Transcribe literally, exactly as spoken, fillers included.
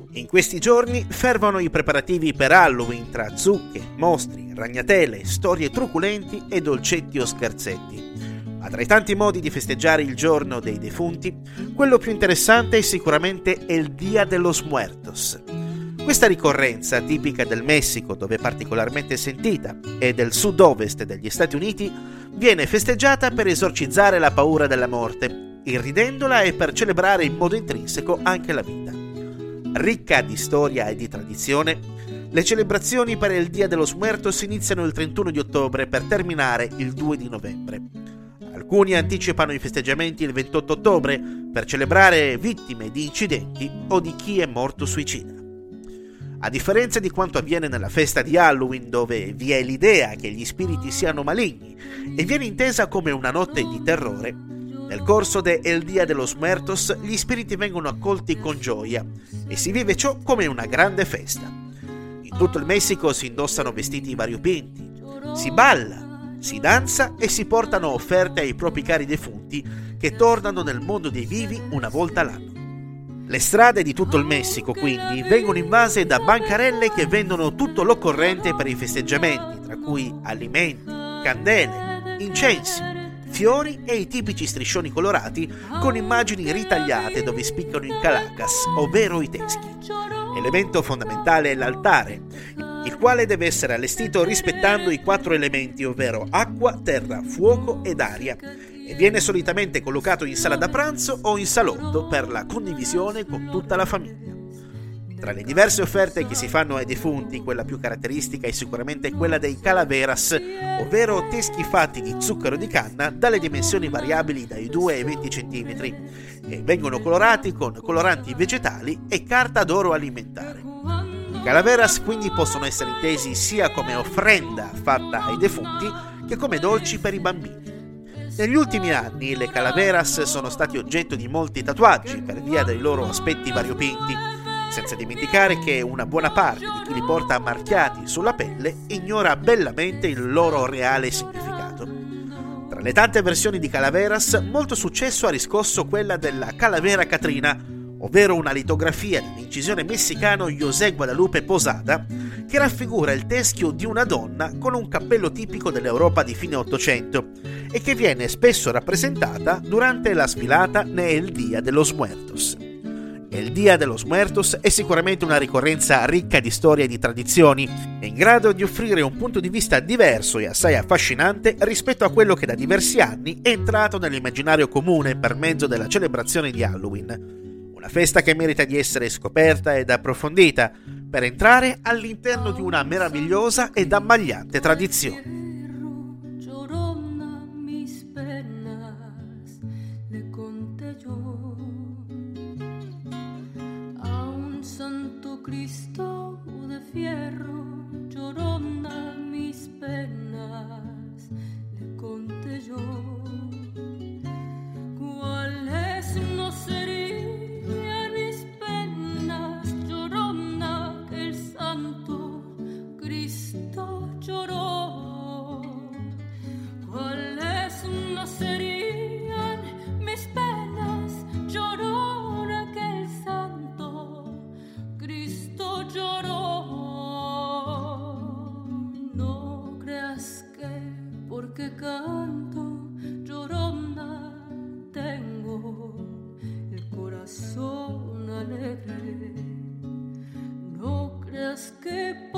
In questi giorni fervono i preparativi per Halloween tra zucche, mostri, ragnatele, storie truculenti e dolcetti o scherzetti. Ma tra i tanti modi di festeggiare il giorno dei defunti, quello più interessante sicuramente è il Día de los Muertos. Questa ricorrenza, tipica del Messico, dove è particolarmente sentita, e del sud-ovest degli Stati Uniti, viene festeggiata per esorcizzare la paura della morte, irridendola e per celebrare in modo intrinseco anche la vita. Ricca di storia e di tradizione, le celebrazioni per il Día de los Muertos iniziano il trentuno di ottobre per terminare il due di novembre. Alcuni anticipano i festeggiamenti il ventotto ottobre per celebrare vittime di incidenti o di chi è morto suicida. A differenza di quanto avviene nella festa di Halloween, dove vi è l'idea che gli spiriti siano maligni e viene intesa come una notte di terrore, nel corso de El Día de los Muertos gli spiriti vengono accolti con gioia e si vive ciò come una grande festa. In tutto il Messico si indossano vestiti variopinti, si balla, si danza e si portano offerte ai propri cari defunti che tornano nel mondo dei vivi una volta l'anno. Le strade di tutto il Messico, quindi, vengono invase da bancarelle che vendono tutto l'occorrente per i festeggiamenti, tra cui alimenti, candele, incensi, fiori e i tipici striscioni colorati con immagini ritagliate dove spiccano i calacas, ovvero i teschi. Elemento fondamentale è l'altare, il quale deve essere allestito rispettando i quattro elementi, ovvero acqua, terra, fuoco ed aria, e viene solitamente collocato in sala da pranzo o in salotto per la condivisione con tutta la famiglia. Tra le diverse offerte che si fanno ai defunti, quella più caratteristica è sicuramente quella dei calaveras, ovvero teschi fatti di zucchero di canna dalle dimensioni variabili dai due ai venti centimetri, e vengono colorati con coloranti vegetali e carta d'oro alimentare. I calaveras quindi possono essere intesi sia come offrenda fatta ai defunti che come dolci per i bambini. Negli ultimi anni le calaveras sono stati oggetto di molti tatuaggi per via dei loro aspetti variopinti, senza dimenticare che una buona parte di chi li porta marchiati sulla pelle ignora bellamente il loro reale significato. Tra le tante versioni di calaveras, molto successo ha riscosso quella della Calavera Catrina, ovvero una litografia dell'incisione messicano José Guadalupe Posada, che raffigura il teschio di una donna con un cappello tipico dell'Europa di fine Ottocento e che viene spesso rappresentata durante la sfilata nel Día de los Muertos. Il Día de los Muertos è sicuramente una ricorrenza ricca di storie e di tradizioni, e in grado di offrire un punto di vista diverso e assai affascinante rispetto a quello che da diversi anni è entrato nell'immaginario comune per mezzo della celebrazione di Halloween. Una festa che merita di essere scoperta ed approfondita per entrare all'interno di una meravigliosa ed ammagliante tradizione. Cristo de fierro, llorona mis penas, le conté yo. ¿Cuáles no serían mis penas, llorona, que el santo Cristo lloró? ¿Cuáles no serían mis penas, llorona, que el santo Cristo lloró? No creas que porque canto llorona tengo el corazón alegre. No creas que